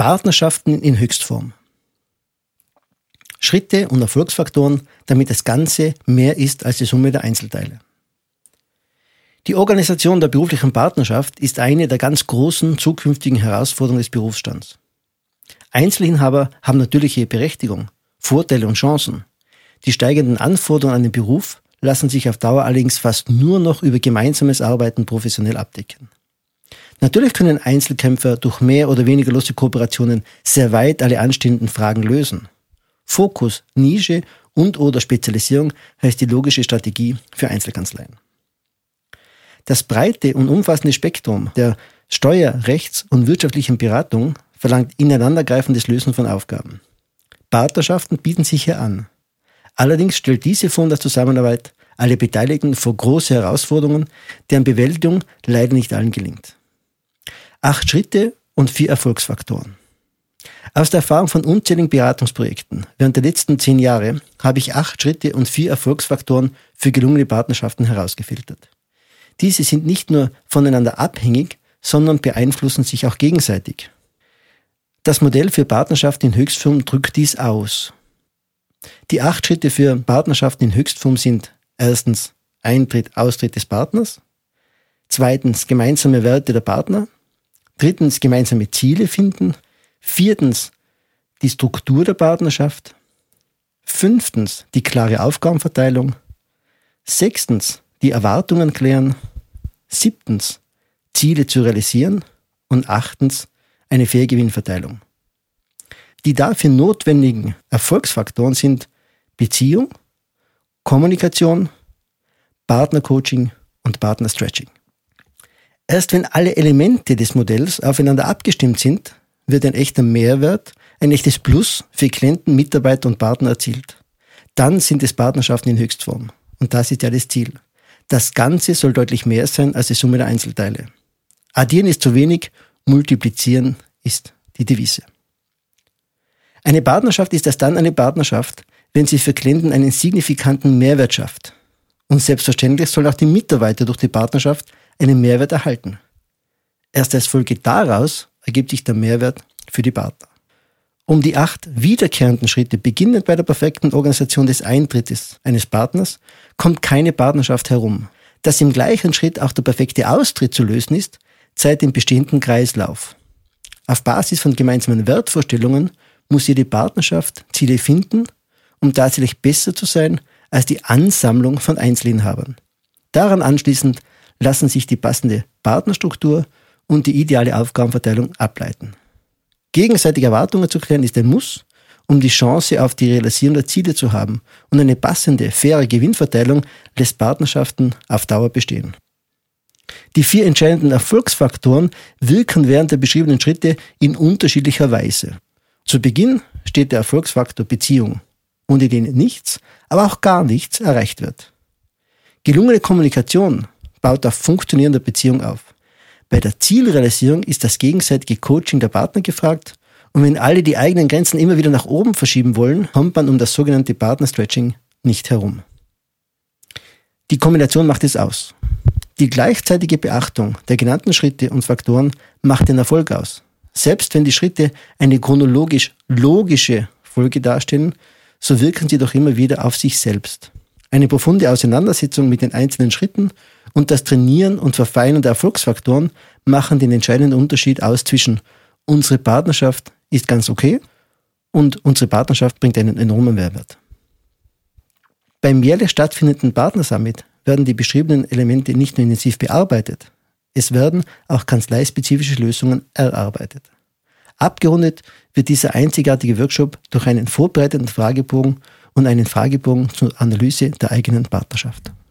Partnerschaften in Höchstform. Schritte und Erfolgsfaktoren, damit das Ganze mehr ist als die Summe der Einzelteile. Die Organisation der beruflichen Partnerschaft ist eine der ganz großen zukünftigen Herausforderungen des Berufsstands. Einzelinhaber haben natürliche Berechtigung, Vorteile und Chancen. Die steigenden Anforderungen an den Beruf lassen sich auf Dauer allerdings fast nur noch über gemeinsames Arbeiten professionell abdecken. Natürlich können Einzelkämpfer durch mehr oder weniger lose Kooperationen sehr weit alle anstehenden Fragen lösen. Fokus, Nische und/oder Spezialisierung heißt die logische Strategie für Einzelkanzleien. Das breite und umfassende Spektrum der Steuer-, Rechts- und wirtschaftlichen Beratung verlangt ineinandergreifendes Lösen von Aufgaben. Partnerschaften bieten sich hier an. Allerdings stellt diese Form der Zusammenarbeit alle Beteiligten vor große Herausforderungen, deren Bewältigung leider nicht allen gelingt. 8 Schritte und 4 Erfolgsfaktoren. Aus der Erfahrung von unzähligen Beratungsprojekten während der letzten 10 Jahre habe ich 8 Schritte und 4 Erfolgsfaktoren für gelungene Partnerschaften herausgefiltert. Diese sind nicht nur voneinander abhängig, sondern beeinflussen sich auch gegenseitig. Das Modell für Partnerschaften in Höchstform drückt dies aus. Die 8 Schritte für Partnerschaften in Höchstform sind: erstens Eintritt, Austritt des Partners, zweitens gemeinsame Werte der Partner, drittens gemeinsame Ziele finden, viertens die Struktur der Partnerschaft, fünftens die klare Aufgabenverteilung, sechstens die Erwartungen klären, siebtens Ziele zu realisieren und achtens eine faire Gewinnverteilung. Die dafür notwendigen Erfolgsfaktoren sind Beziehung, Kommunikation, Partnercoaching und Partnerstretching. Erst wenn alle Elemente des Modells aufeinander abgestimmt sind, wird ein echter Mehrwert, ein echtes Plus für Klienten, Mitarbeiter und Partner erzielt. Dann sind es Partnerschaften in Höchstform. Und das ist ja das Ziel. Das Ganze soll deutlich mehr sein als die Summe der Einzelteile. Addieren ist zu wenig, multiplizieren ist die Devise. Eine Partnerschaft ist erst dann eine Partnerschaft, wenn sie für Klienten einen signifikanten Mehrwert schafft. Und selbstverständlich sollen auch die Mitarbeiter durch die Partnerschaft einen Mehrwert erhalten. Erst als Folge daraus ergibt sich der Mehrwert für die Partner. Um die 8 wiederkehrenden Schritte, beginnend bei der perfekten Organisation des Eintrittes eines Partners, kommt keine Partnerschaft herum. Dass im gleichen Schritt auch der perfekte Austritt zu lösen ist, zeigt den bestehenden Kreislauf. Auf Basis von gemeinsamen Wertvorstellungen muss jede Partnerschaft Ziele finden, um tatsächlich besser zu sein als die Ansammlung von Einzelinhabern. Daran anschließend lassen sich die passende Partnerstruktur und die ideale Aufgabenverteilung ableiten. Gegenseitige Erwartungen zu klären ist ein Muss, um die Chance auf die Realisierung der Ziele zu haben, und eine passende, faire Gewinnverteilung lässt Partnerschaften auf Dauer bestehen. Die 4 entscheidenden Erfolgsfaktoren wirken während der beschriebenen Schritte in unterschiedlicher Weise. Zu Beginn steht der Erfolgsfaktor Beziehung, ohne den nichts, aber auch gar nichts erreicht wird. Gelungene Kommunikation baut auf funktionierender Beziehung auf. Bei der Zielrealisierung ist das gegenseitige Coaching der Partner gefragt, und wenn alle die eigenen Grenzen immer wieder nach oben verschieben wollen, kommt man um das sogenannte Partnerstretching nicht herum. Die Kombination macht es aus. Die gleichzeitige Beachtung der genannten Schritte und Faktoren macht den Erfolg aus. Selbst wenn die Schritte eine chronologisch logische Folge darstellen, so wirken sie doch immer wieder auf sich selbst. Eine profunde Auseinandersetzung mit den einzelnen Schritten und das Trainieren und Verfeinern der Erfolgsfaktoren machen den entscheidenden Unterschied aus zwischen unsere Partnerschaft ist ganz okay und unsere Partnerschaft bringt einen enormen Mehrwert. Beim jährlich stattfindenden Partnersummit werden die beschriebenen Elemente nicht nur intensiv bearbeitet, es werden auch kanzleispezifische Lösungen erarbeitet. Abgerundet wird dieser einzigartige Workshop durch einen vorbereitenden Fragebogen und einen Fragebogen zur Analyse der eigenen Partnerschaft.